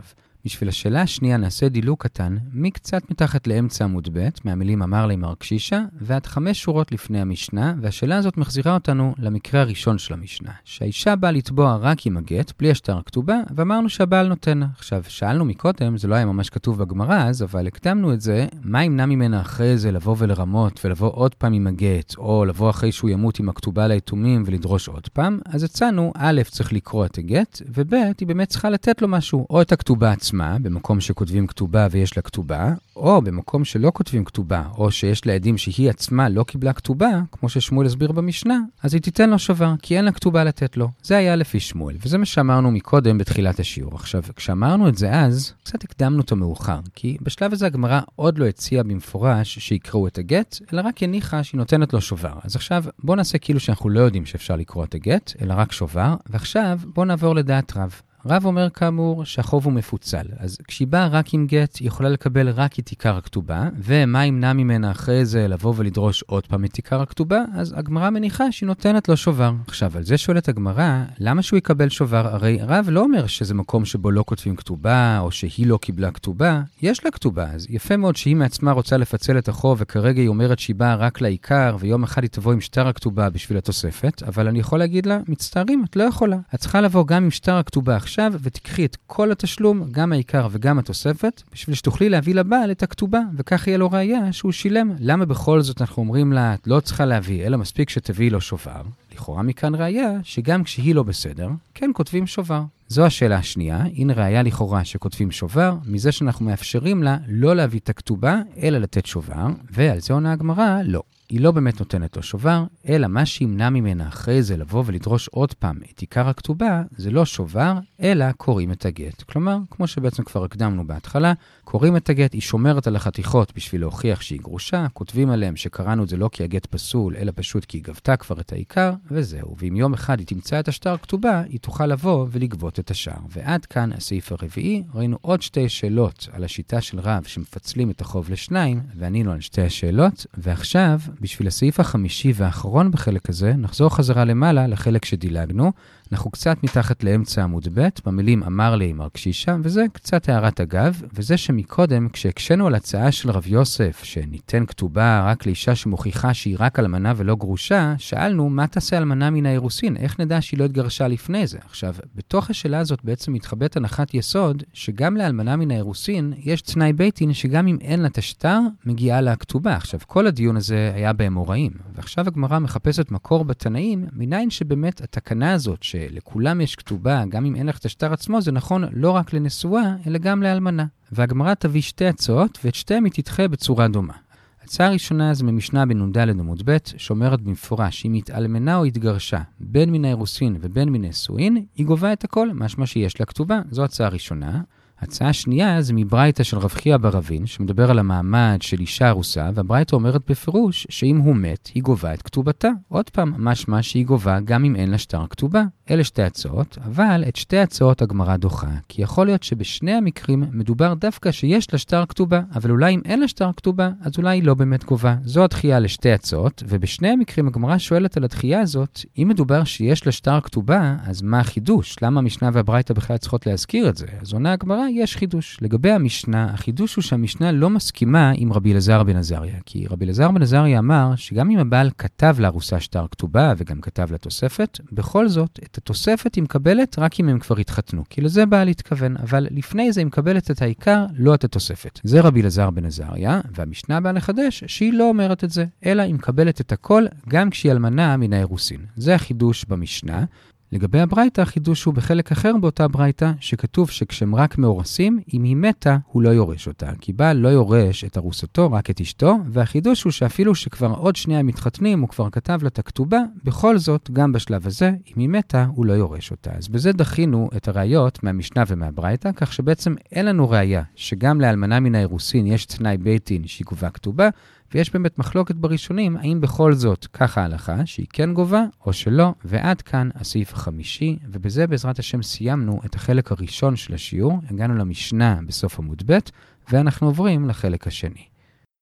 בשביל השאלה השנייה נעשה דילוג קטן מקצת מתחת לאמצע עמוד ב' מהמילים אמר לי מר קשישה ועד 5 שורות לפני המשנה, והשאלה הזאת מחזירה אותנו למקרה הראשון של המשנה, שהאישה באה לתבוע רק עם הגט, בלי השטר הכתובה, ואמרנו שהבעל נותן. עכשיו, שאלנו מקודם, זה לא היה ממש כתוב בגמרא אז, אבל הקדמנו את זה, מה ימנע ממנה אחרי זה לבוא ולרמות ולבוא עוד פעם עם הגט, או לבוא אחרי שהוא ימות עם הכתובה ליתומים ולדרוש עוד פעם? אז הצענו, א', צריך לקרוא את הגט, וב', היא באמת צריכה לתת לו משהו, או את הכתובה עצמה, במקום שכותבים כתובה ויש לה כתובה, או במקום שלא כותבים כתובה, או שיש לה עדים שהיא עצמה לא קיבלה כתובה, כמו ששמואל הסביר במשנה, אז היא תיתן לו שובר, כי אין לה כתובה לתת לו. זה היה לפי שמואל, וזה מה שאמרנו מקודם בתחילת השיעור. עכשיו, כשאמרנו את זה אז, קצת הקדמנו אותו מאוחר, כי בשלב הזה הגמרא עוד לא הציעה במפורש שיקראו את הגט, אלא רק הניחה שהיא נותנת לו שובר. אז עכשיו, בוא נעשה כאילו שאנחנו לא יודעים שאפשר לקרוא את הגט, אלא רק שובר, ועכשיו בוא נעבור לדעת רב. רב אומר כאמור שהחוב הוא מפוצל, אז כשהיא באה רק עם גט, היא יכולה לקבל רק את עיקר הכתובה, ומה ימנע ממנה אחרי זה לבוא ולדרוש עוד פעם את עיקר הכתובה, אז הגמרא מניחה שהיא נותנת לו שובר. עכשיו, על זה שואלת הגמרא, למה שהוא יקבל שובר? הרי רב לא אומר שזה מקום שבו לא כותבים כתובה, או שהיא לא קיבלה כתובה, יש לה כתובה, אז יפה מאוד שהיא מעצמה רוצה לפצל את החוב, וכרגע היא אומרת שהיא באה רק לעיקר, ויום אחד היא תבוא עם שטר הכתובה בשביל התוספת, אבל אני יכול להגיד לה, מצטערים, את לא יכולה. את צריכה לבוא גם עם שטר הכתובה עכשיו, ותקחי את כל התשלום, גם העיקר וגם התוספת, בשביל שתוכלי להביא לבעל את הכתובה, וכך יהיה לו ראיה שהוא שילם. למה בכל זאת אנחנו אומרים לה, את לא צריכה להביא, אלא מספיק שתביאי לו שובר? לכאורה מכאן ראיה שגם כשהיא לא בסדר, כן כותבים שובר. זו השאלה השנייה, הנה ראיה לכאורה שכותבים שובר, מזה שאנחנו מאפשרים לה לא להביא את הכתובה, אלא לתת שובר, ועל זה עונה הגמרא, לא. היא לא באמת נותנת לו שובר, אלא מה שימנע ממנה אחרי זה לבוא ולדרוש עוד פעם את עיקר הכתובה, זה לא שובר, אלא קוראים את הגט. כלומר, כמו שבעצם כבר הקדמנו בהתחלה, קוראים את הגט, היא שומרת על החתיכות בשביל להוכיח שהיא גרושה, כותבים עליהם שקראנו את זה לא כי הגט פסול, אלא פשוט כי היא גבתה כבר את העיקר, וזהו. ואם יום אחד היא תמצא את השטר הכתובה, היא תוכל לבוא ולגבות את השאר. ועד כאן הסעיף הרביעי, ראינו עוד 2 שאלות על השיטה של רב שמפצלים את החוב לשניים, וענינו על 2 השאלות, ועכשיו, בשביל הסעיף החמישי והאחרון בחלק הזה, נחזור חזרה למעלה לחלק שדילגנו, אנחנו קצת מתחת לאמצע עמוד ב' במילים אמר לי מר קשישה, וזה קצת הערת אגב, וזה שמקודם כשהקשנו על הצעה של רב יוסף שניתן כתובה רק לאישה שמוכיחה שהיא רק אלמנה ולא גרושה, שאלנו מה תעשה אלמנה מן האירוסין, איך נדע שהיא לא התגרשה לפני זה? עכשיו, בתוך השאלה הזאת בעצם מתחבאת הנחת יסוד שגם לאלמנה מן האירוסין יש תנאי ביתין שגם אם אין לה תשטר מגיעה לה הכתובה. עכשיו, כל הדיון הזה היה באמוראים, ועכשיו הגמרא מחפשת מקור בתנאים, מניין שבאמת התקנה הזאת שלכולם יש כתובה, גם אם אין לך את השטר עצמו, זה נכון לא רק לנשואה, אלא גם לאלמנה. והגמרא תביא 2 הצעות, ואת שתיהן היא תדחה בצורה דומה. ההצעה הראשונה זה ממשנה בנ"ד עמוד ב', שאומרת במפורש, אם התאלמנה או התגרשה, בין מן האירוסין ובין מן נשואין, היא גובה את הכל, משמע שיש לה כתובה. זו הצעה ראשונה. הצעה השנייה זה מברייתא של רב חייא בר אבין, שמדבר על המעמד של אישה ארוסה, והברייתא אומרת בפירוש שאם הוא מת, היא גובה את כתובתה. עוד פעם, משמע שהיא גובה גם אם אין לה שטר כתובה. אלה 2 הצעות, אבל את 2 הצעות הגמרא דוחה, כי יכול להיות שבשני המקרים מדובר דווקא שיש לה שטר כתובה, אבל אולי אם אין לה שטר כתובה, אז אולי היא לא באמת גובה. זו הדחייה ל2 הצעות, ובשני המקרים הגמרא שואלת על הדחייה הזאת, אם מדובר שיש לה שטר כתובה, אז מה החידוש? למה המשנה והברייתא בכלל צריכות להזכיר את זה? אז עונה הגמרא, יש חידוש. לגבי המשנה, החידוש הוא שהמשנה לא מסכימה עם רבי אלעזר בן עזריה, כי רבי אלעזר בן עזריה אמר שגם אם הבעל כתב לארוסה שטר כתובה וגם כתב לתוספת, בכל זאת את התוספת היא מקבלת רק אם הם כבר התחתנו, כי לזה בעל התכוון, אבל לפני זה היא מקבלת את העיקר, לא את התוספת. זה רבי אלעזר בן עזריה, והמשנה באה לחדש שהיא לא אומרת את זה, אלא היא מקבלת את הכל גם כשהיא אלמנה מן האירוסין. זה החידוש במשנה. לגבי הברייתא, החידוש הוא בחלק אחר באותה ברייתא, שכתוב שכשהם רק מאורסים, אם היא מתה, הוא לא יורש אותה. כי בעל לא יורש את ארוסתו, רק את אשתו, והחידוש הוא שאפילו שכבר עוד שנייה מתחתנים, הוא כבר כתב לה את הכתובה, בכל זאת, גם בשלב הזה, אם היא מתה, הוא לא יורש אותה. אז בזה דחינו את הראיות מהמשנה ומהברייתא, כך שבעצם אין לנו ראיה שגם לאלמנה מן האירוסין יש תנאי ביתין שהיא גובה כתובה, ויש באמת מחלוקת בראשונים, האם בכל זאת ככה ההלכה, שהיא כן גובה או שלא, ועד כאן הסעיף החמישי, ובזה בעזרת השם סיימנו את החלק הראשון של השיעור, הגענו למשנה בסוף עמוד ב', ואנחנו עוברים לחלק השני.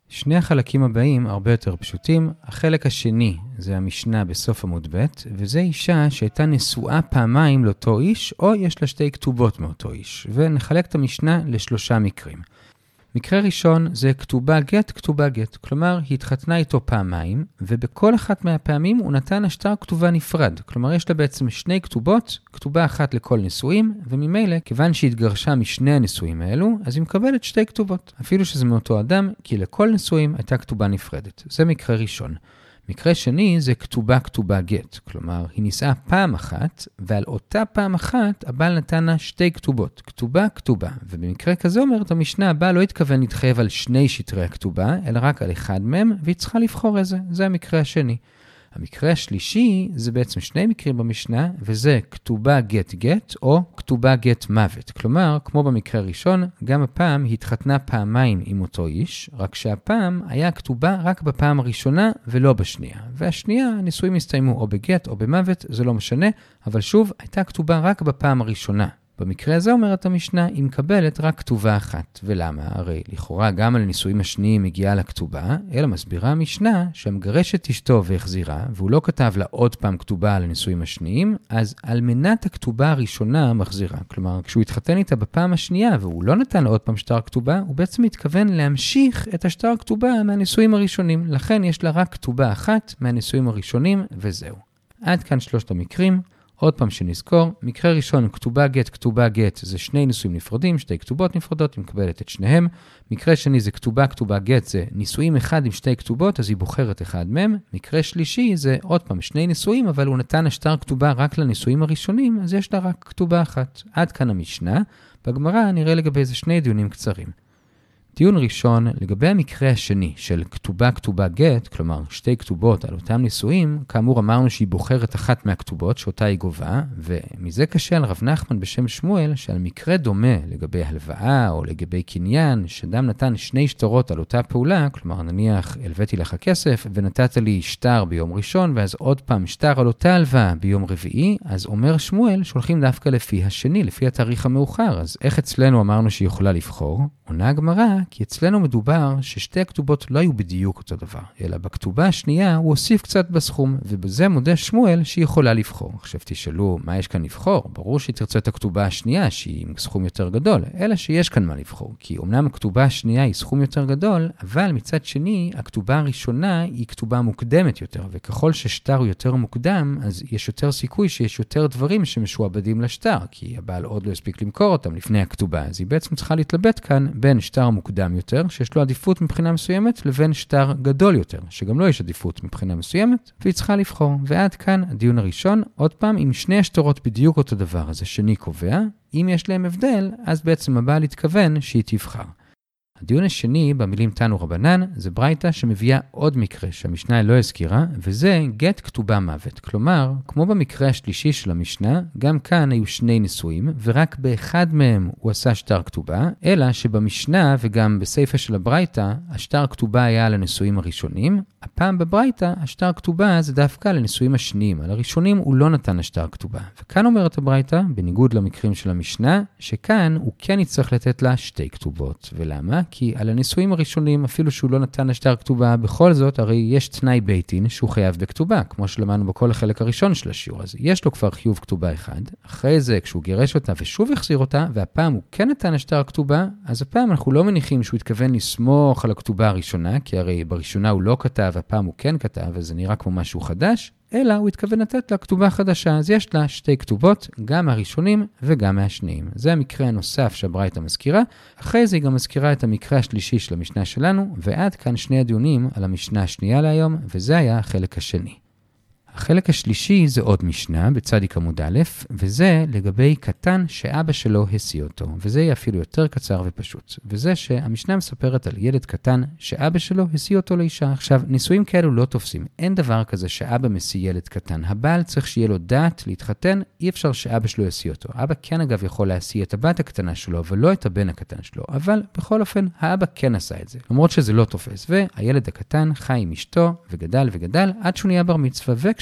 שני החלקים הבאים הרבה יותר פשוטים. החלק השני זה המשנה בסוף עמוד ב', וזה אישה שהייתה נשואה פעמיים לאותו איש, או יש לה שתי כתובות מאותו איש. ונחלק את המשנה לשלושה מקרים. מקרה ראשון זה כתובה גט, כתובה גט. כלומר, היא התחתנה איתו פעמיים, ובכל אחת מהפעמים הוא נתן השטר כתובה נפרד. כלומר, יש לה בעצם שני כתובות, כתובה אחת לכל נישואים, וממילא, כיוון שהיא התגרשה משני הנישואים האלו, אז היא מקבלת שתי כתובות. אפילו שזה מאותו אדם, כי לכל נישואים הייתה כתובה נפרדת. זה מקרה ראשון. מקרה שני זה כתובה גט, כלומר היא נישאה פעם אחת, ועל אותה פעם אחת הבעל נתן לה שתי כתובות, כתובה, ובמקרה כזה אומרת המשנה, הבעל לא התכוון להתחייב על שני שטרי הכתובה, אלא רק על אחד מהם, והיא צריכה לבחור איזה, זה המקרה השני. המקרה השלישי זה בעצם שני מקרים במשנה, וזה כתובה גט או כתובה גט מוות. כלומר, כמו במקרה הראשון, גם הפעם היא התחתנה פעמיים עם אותו איש, רק שהפעם היה כתובה רק בפעם הראשונה ולא בשנייה. והשנייה, הנישואים הסתיימו או בגט או במוות, זה לא משנה, אבל שוב, הייתה כתובה רק בפעם הראשונה. במקרה הזה אומרת המשנה, היא מקבלת רק כתובה אחת. ולמה? הרי לכאורה גם על הנישואים השניים מגיעה לה כתובה, אלא מסבירה המשנה שהמגרש את אשתו והחזירה, והוא לא כתב לה עוד פעם כתובה על הנישואים השניים, אז על מנת הכתובה הראשונה מחזירה. כלומר, כשהוא התחתן איתה בפעם השנייה, והוא לא נתן לה עוד פעם שטר כתובה, הוא בעצם מתכוון להמשיך את השטר כתובה מהנישואים הראשונים. לכן יש לה רק כתובה אחת מהנישואים הראשונים, וזהו. עד כאן שלושת המקרים. עוד פעם שנזכור, מקרה ראשון, כתובה גט, זה שני נישואים נפרדים, שתי כתובות נפרדות, היא מקבלת את שניהם. מקרה שני זה כתובה גט, זה נישואים אחד עם שתי כתובות, אז היא בוחרת אחד מהם. מקרה שלישי זה עוד פעם שני נישואים, אבל הוא נתן השטר כתובה רק לנישואים הראשונים, אז יש לה רק כתובה אחת. עד כאן המשנה. בגמרא נראה לגבי זה שני דיונים קצרים. דיון ראשון, לגבי המקרה השני של כתובה גט, כלומר שתי כתובות על אותם נישואים, כאמור אמרנו שהיא בוחרת אחת מהכתובות שאותה היא גובה, ומזה קשה על רב נחמן בשם שמואל, שעל מקרה דומה לגבי הלוואה או לגבי קניין, שאדם נתן שני שטרות על אותה פעולה, כלומר נניח הלוויתי לך כסף ונתת לי שטר ביום ראשון, ואז עוד פעם שטר על אותה הלוואה ביום רביעי, אז אומר שמואל שולחים דווקא לפי השני, לפי התאריך המאוחר. אז איך אצלנו אמרנו שהיא יכולה לבחור? עונה הגמרא, כי אצלנו מדובר ששתי הכתובות לא היו בדיוק אותו דבר, אלא בכתובה השנייה הוא הוסיף קצת בסכום, ובזה מודה שמואל שהיא יכולה לבחור. עכשיו תשאלו, מה יש כאן לבחור? ברור שהיא תרצה את הכתובה השנייה, שהיא עם סכום יותר גדול, אלא שיש כאן מה לבחור, כי אומנם הכתובה השנייה היא סכום יותר גדול, אבל מצד שני, הכתובה הראשונה היא כתובה מוקדמת יותר, וככל ששטר הוא יותר מוקדם, אז יש יותר סיכוי שיש יותר דברים שמשועבדים לשטר, כי הבעל עוד לא הספיק למכור אותם לפני הכתובה, אז היא בעצם צריכה להתלבט כאן בין שטר מוקדם יותר, שיש לו עדיפות מבחינה מסוימת, לבין שטר גדול יותר, שגם לא יש עדיפות מבחינה מסוימת, והיא צריכה לבחור. ועד כאן הדיון הראשון, עוד פעם, עם שני השטרות בדיוק אותו דבר, אז השני קובע, אם יש להם הבדל, אז בעצם הבעל התכוון שהיא תבחר. הדיון השני, במילים תנו רבנן, זה ברייתא שמביאה עוד מקרה שהמשנה לא הזכירה, וזה גט כתובה מוות. כלומר, כמו במקרה השלישי של המשנה, גם כאן היו שני נישואים, ורק באחד מהם הוא עשה שטר כתובה, אלא שבמשנה וגם בסייפה של הברייתא, השטר כתובה היה על הנישואים הראשונים, הפעם בברייתא, השטר כתובה זה דווקא על הנישואים השניים, על הראשונים הוא לא נתן השטר כתובה. וכאן אומרת הברייתא, בניגוד למקרים של המשנה, שכאן הוא כן יצטרך לתת לה שתי כתובות. ולמה? כי על הנישואים הראשונים, אפילו שהוא לא נתן השטר כתובה, בכל זאת, הרי יש תנאי ביתין שהוא חייב בכתובה, כמו שלמדנו בכל החלק הראשון של השיעור הזה. יש לו כבר חיוב כתובה אחד. אחרי זה, כשהוא גירש אותה ושוב החזיר אותה, והפעם הוא כן נתן השטר כתובה, אז הפעם אנחנו לא מניחים שהוא התכוון לסמוך על הכתובה הראשונה, כי הרי בראשונה הוא לא כתב, הפעם הוא כן כתב, וזה נראה כמו משהו חדש, אלא הוא התכוון לתת לה כתובה חדשה, אז יש לה שתי כתובות, גם מהראשונים וגם מהשניים. זה המקרה הנוסף שהברייתא מזכירה, אחרי זה היא גם מזכירה את המקרה השלישי של המשנה שלנו, ועד כאן שני הדיונים על המשנה השנייה להיום, וזה היה החלק השני. החלק השלישי זה עוד משנה בצדיק עמוד א', וזה לגבי קטן שאבא שלו השיא אותו, וזה יהיה אפילו יותר קצר ופשוט. וזה שהמשנה מספרת על ילד קטן שאבא שלו השיא אותו לאישה. עכשיו, נישואים כאלו לא תופסים. אין דבר כזה שאבא משיא ילד קטן. הבעל צריך שיהיה לו דעת להתחתן, אי אפשר שאבא שלו ישיא אותו. אבא כן אגב יכול להשיא את הבת הקטנה שלו, אבל לא את הבן הקטן שלו. אבל בכל אופן, האבא כן עשה את זה. למרות שזה לא תופס. והילד הקטן חי עם אשתו וגדל עד שהוא נהיה בר מצווה.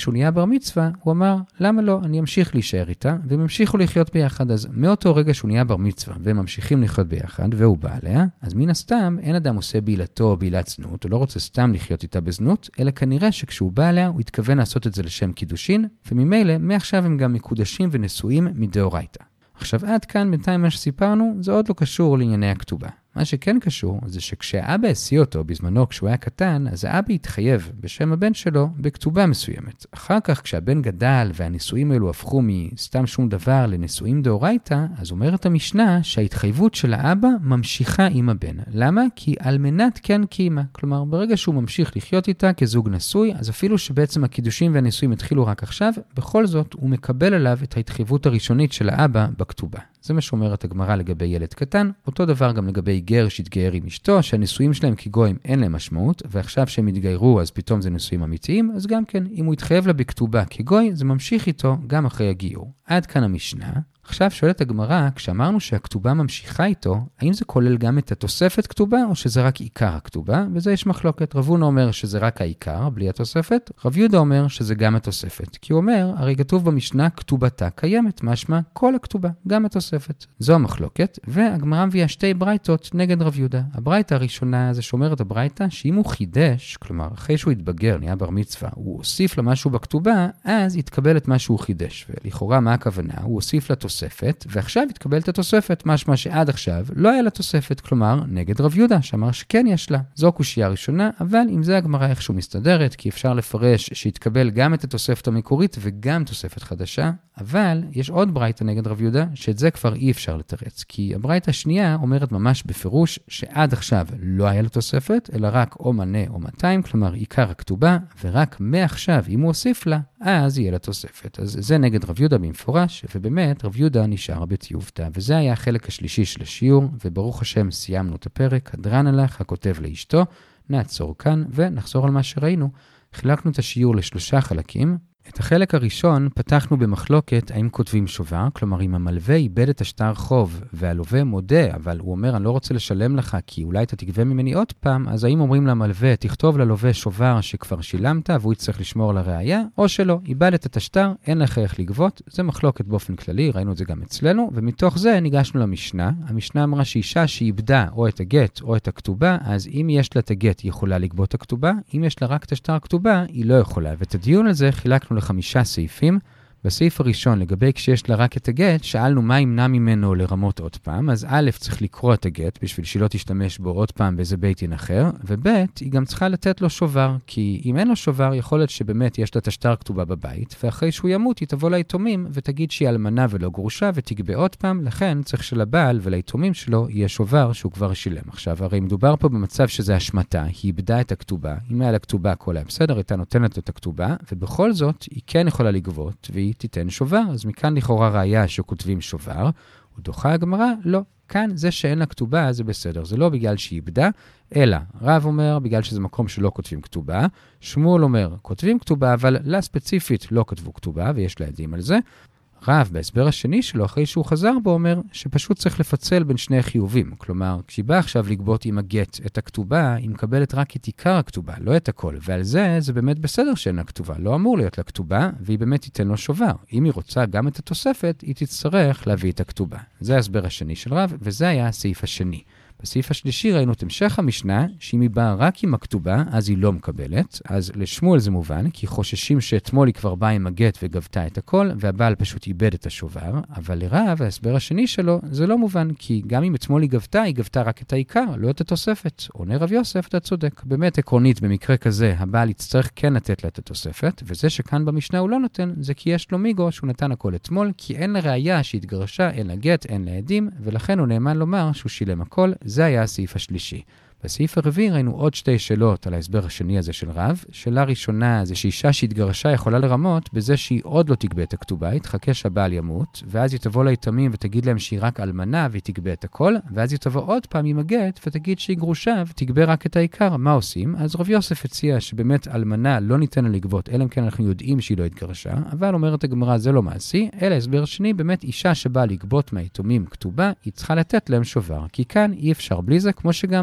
כשהוא נהיה בר מצווה, הוא אמר, למה לא? אני אמשיך להישאר איתה, והם המשיכו לחיות ביחד. אז מאותו רגע שהוא נהיה בר מצווה, והם ממשיכים לחיות ביחד, והוא בא עליה, אז מן הסתם, אין אדם עושה בעילתו או בעילת זנות, הוא לא רוצה סתם לחיות איתה בזנות, אלא כנראה שכשהוא בא עליה, הוא התכוון לעשות את זה לשם קידושין, וממילא, מעכשיו הם גם מקודשים ונשואים מדאורייתא. עכשיו עד כאן בינתיים מה שסיפרנו, זה עוד לא קשור לענייני הכתובה. מה שכן קשור זה שכשהאבא השיא אותו בזמנו כשהוא היה קטן, אז האבא התחייב בשם הבן שלו בכתובה מסוימת. אחר כך כשהבן גדל והנישואים האלו הפכו מסתם שום דבר לנישואים דאורייתא, אז אומרת המשנה שההתחייבות של האבא ממשיכה עם הבן. למה? כי על מנת כן קיימה. כלומר, ברגע שהוא ממשיך לחיות איתה כזוג נשוי, אז אפילו שבעצם הקידושים והנישואים התחילו רק עכשיו, בכל זאת הוא מקבל עליו את ההתחייבות הראשונית של האבא בכתובה. זה מה שאומרת הגמרא לגבי ילד קטן, אותו דבר גם לגבי גר שהתגייר עם אשתו, שהנישואים שלהם כגויים אין להם משמעות, ועכשיו שהם התגיירו אז פתאום זה נישואים אמיתיים, אז גם כן, אם הוא התחייב לה בכתובה כגוי, זה ממשיך איתו גם אחרי הגיור. עד כאן המשנה. עכשיו שואלת הגמרא, כשאמרנו שהכתובה ממשיכה איתו, האם זה כולל גם את התוספת כתובה, או שזה רק עיקר הכתובה? וזה יש מחלוקת. רב הונא אומר שזה רק העיקר, בלי התוספת. רב יהודה אומר שזה גם התוספת. כי הוא אומר, הרי כתוב במשנה, כתובתה קיימת, משמע כל הכתובה, גם התוספת. זו המחלוקת, והגמרא מביאה שתי ברייתות נגד רב יהודה. הברייתה הראשונה זה שאומרת הברייתה, שאם הוא חידש, כלומר, אחרי שהוא התבגר, נהיה בר מצווה, הוא הוסיף למשהו בכתובה, אז יתקבל את מה שהוא חידש. ולכאורה מה הכוונה? הוא הוסיף לתוספת, ועכשיו יתקבל את התוספת, משמע שעד עכשיו לא היה לה תוספת, כלומר נגד רב יהודה, שאמר שכן יש לה. זו קושיה ראשונה, אבל עם זה הגמרא איכשהו מסתדרת, כי אפשר לפרש שיתקבל גם את התוספת המקורית וגם תוספת חדשה, אבל יש עוד ברייתא נגד רב יהודה, שאת זה כבר אי אפשר לתרץ, כי הברייתא השנייה אומרת ממש בפירוש שעד עכשיו לא היה לה תוספת, אלא רק או מנה או 200, כלומר עיקר הכתובה, ורק מעכשיו אם הוא הוסיף לה, אז יהיה לה תוספת. אז זה נגד רב יהודה במפורש, ובאמת רב יהודה נשאר בטיובתא, וזה היה החלק השלישי של השיעור, וברוך השם סיימנו את הפרק, הדרן הלך, הכותב לאשתו, נעצור כאן ונחזור על מה שראינו. חילקנו את השיעור לשלושה חלקים. את החלק הראשון פתחנו במחלוקת האם כותבים שובר, כלומר אם המלווה איבד את השטר חוב והלווה מודה, אבל הוא אומר אני לא רוצה לשלם לך כי אולי אתה תגבה ממני עוד פעם, אז האם אומרים למלווה תכתוב ללווה שובר שכבר שילמת והוא יצטרך לשמור על הראייה, או שלא, איבדת את השטר, אין לך איך לגבות. זה מחלוקת באופן כללי, ראינו את זה גם אצלנו, ומתוך זה ניגשנו למשנה. המשנה אמרה שאישה שאיבדה או את הגט או את הכתובה, אז אם יש לה את הגט היא יכולה לגבות את הכתובה, אם יש לה רק את השטר הכתובה היא לא יכולה. ואת הדיון הזה חילקנו ל5 סעיפים. בסעיף הראשון, לגבי כשיש לה רק את הגט, שאלנו מה ימנע ממנו לרמות עוד פעם. אז א', צריך לקרוא את הגט בשביל שלא תשתמש בו עוד פעם באיזה בית דין אחר, וב', היא גם צריכה לתת לו שובר, כי אם אין לו שובר, יכול להיות שבאמת יש לה את השטר כתובה בבית, ואחרי שהוא ימות היא תבוא ליתומים ותגיד שהיא אלמנה ולא גרושה ותגבה עוד פעם, לכן צריך שלבעל וליתומים שלו יהיה שובר שהוא כבר שילם. עכשיו, הרי מדובר פה במצב שזה השמטה, היא איבדה את הכתובה, אם היה לה כתובה כל היה בסדר, הייתה נותנת לו את הכתובה, ובכל זאת היא כן יכולה לגבות, והיא תיתן שובר. אז מכאן לכאורה ראיה שכותבים שובר, ודוחה הגמרא, לא. כאן זה שאין לה כתובה זה בסדר, זה לא בגלל שהיא איבדה, אלא רב אומר בגלל שזה מקום שלא כותבים כתובה, שמואל אומר כותבים כתובה, אבל לה ספציפית לא כתבו כתובה, ויש לה עדים על זה. רב בהסבר השני שלו, אחרי שהוא חזר בו, אומר שפשוט צריך לפצל בין שני חיובים. כלומר, כשהיא באה עכשיו לגבות עם הגט את הכתובה, היא מקבלת רק את עיקר הכתובה, לא את הכל. ועל זה באמת בסדר שאין לה כתובה, לא אמור להיות לה כתובה, והיא באמת תיתן לו שובר. אם היא רוצה גם את התוספת, היא תצטרך להביא את הכתובה. זה ההסבר השני של רב, וזה היה הסעיף השני. בסעיף השלישי ראינו את המשך המשנה, שאם היא באה רק עם הכתובה, אז היא לא מקבלת. אז לשמואל זה מובן, כי חוששים שאתמול היא כבר באה עם הגט וגבתה את הכל, והבעל פשוט איבד את השובר. אבל לרב, ההסבר השני שלו, זה לא מובן, כי גם אם אתמול היא גבתה רק את העיקר, לא את התוספת. עונה רב יוסף, אתה צודק. באמת עקרונית, במקרה כזה, הבעל יצטרך כן לתת לה את התוספת, וזה שכאן במשנה הוא לא נותן, זה כי יש לו מיגו שהוא נתן הכל אתמול, כי אין לה ראיה שהתגרשה, אין לה גט, אין לה עדים, ולכן הוא נאמן לומר שהוא שילם הכל. זה היה הסעיף השלישי. בסעיף הרביעי ראינו עוד שתי שאלות על ההסבר השני הזה של רב. שאלה ראשונה זה שאישה שהתגרשה יכולה לרמות בזה שהיא עוד לא תגבה את הכתובה, היא תחכה שהבעל ימות, ואז היא תבוא ליתומים ותגיד להם שהיא רק אלמנה והיא תגבה את הכל, ואז היא תבוא עוד פעם עם הגט ותגיד שהיא גרושה ותגבה רק את העיקר. מה עושים? אז רב יוסף הציע שבאמת אלמנה לא ניתן לה לגבות, אלא אם כן אנחנו יודעים שהיא לא התגרשה, אבל אומרת הגמרא זה לא מעשי, אלא הסבר שני, באמת אישה שבאה לגבות מהיתומים כתובה, היא צריכה לתת להם שובר, כי כאן אי אפשר בלי זה, כמו שגם אלמנה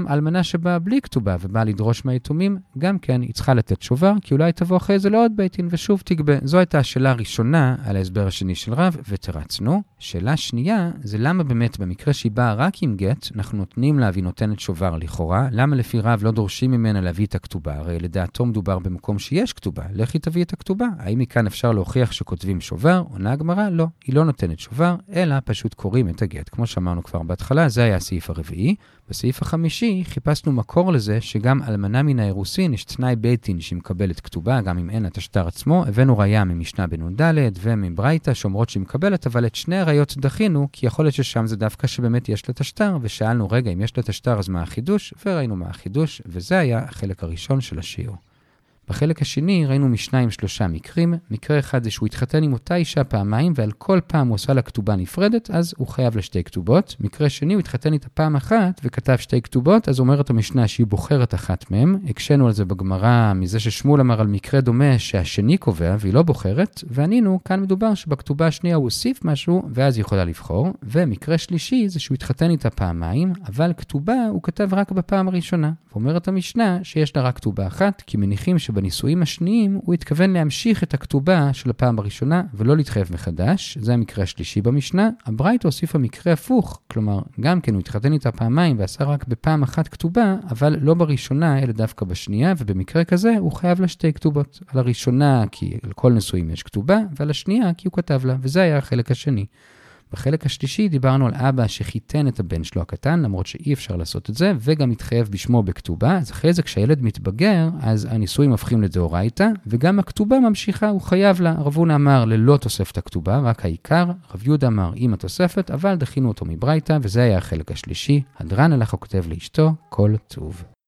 שבאה בלי כתובה ובאה לדרוש מהיתומים, גם כן היא צריכה לתת שובר, כי אולי תבוא אחרי זה לעוד בית דין ושוב תגבה. זו הייתה השאלה הראשונה על ההסבר השני של רב, ותרצנו. שאלה שנייה, זה למה באמת במקרה שהיא באה רק עם גט, אנחנו נותנים לה והיא נותנת שובר לכאורה, למה לפי רב לא דורשים ממנה להביא את הכתובה? הרי לדעתו מדובר במקום שיש כתובה, לכי תביא את הכתובה. האם מכאן אפשר להוכיח שכותבים שובר? עונה הגמרא, לא, היא לא נותנת שובר, אלא פשוט קוראים את הגט. כמו שאמרנו כבר בהתחלה, זה היה הסעיף הרביעי. בסעיף החמישי חיפשנו מקור לזה שגם אלמנה מן האירוסין יש תנאי בית דין שהיא מקבלת כתובה, גם אם אין את השטר עצמו. הבאנו ראיה ממשנה בנ"ד ומברייתא שאומרות שהיא מקבלת, אבל את שני הראיות דחינו, כי יכול להיות ששם זה דווקא שבאמת יש לה את השטר, ושאלנו רגע אם יש לה את השטר אז מה החידוש, וראינו מה החידוש, וזה היה החלק הראשון של השיעור. בחלק השני ראינו משניים 3 מקרים. מקרה אחד זה שהוא התחתן עם אותה אישה פעמיים, ועל כל פעם הוא עושה לה כתובה נפרדת, אז הוא חייב לשתי כתובות. מקרה שני, הוא התחתן איתה פעם אחת וכתב 2 כתובות, אז אומרת המשנה שהיא בוחרת אחת מהם. הקשנו על זה בגמרא מזה ששמואל אמר על מקרה דומה שהשני קובע והיא לא בוחרת, וענינו, כאן מדובר שבכתובה השנייה הוא הוסיף משהו, ואז היא יכולה לבחור. ומקרה שלישי זה שהוא התחתן איתה פעמיים, אבל כתובה הוא כתב רק בפעם הראשונה. ואומרת המשנה שיש לה רק כתובה אחת, כי מניחים בנישואים השניים הוא התכוון להמשיך את הכתובה של הפעם הראשונה ולא להתחייב מחדש. זה המקרה השלישי במשנה. הברייתא הוסיפה מקרה הפוך, כלומר גם כן הוא התחתן איתה פעמיים ועשה רק בפעם אחת כתובה, אבל לא בראשונה אלא דווקא בשנייה, ובמקרה כזה הוא חייב לה 2 כתובות. על הראשונה כי על כל נישואים יש כתובה, ועל השנייה כי הוא כתב לה, וזה היה החלק השני. בחלק השלישי דיברנו על אבא שחיתן את הבן שלו הקטן, למרות שאי אפשר לעשות את זה, וגם התחייב בשמו בכתובה. אז אחרי זה כשהילד מתבגר, אז הנישואים הופכים לדאורייתא, וגם הכתובה ממשיכה, הוא חייב לה. רב הונא אמר ללא תוספת הכתובה, רק העיקר. רב יהודה אמר עם התוספת, אבל דחינו אותו מברייתא, וזה היה החלק השלישי. הדרן הלכה כותב לאשתו, כל טוב.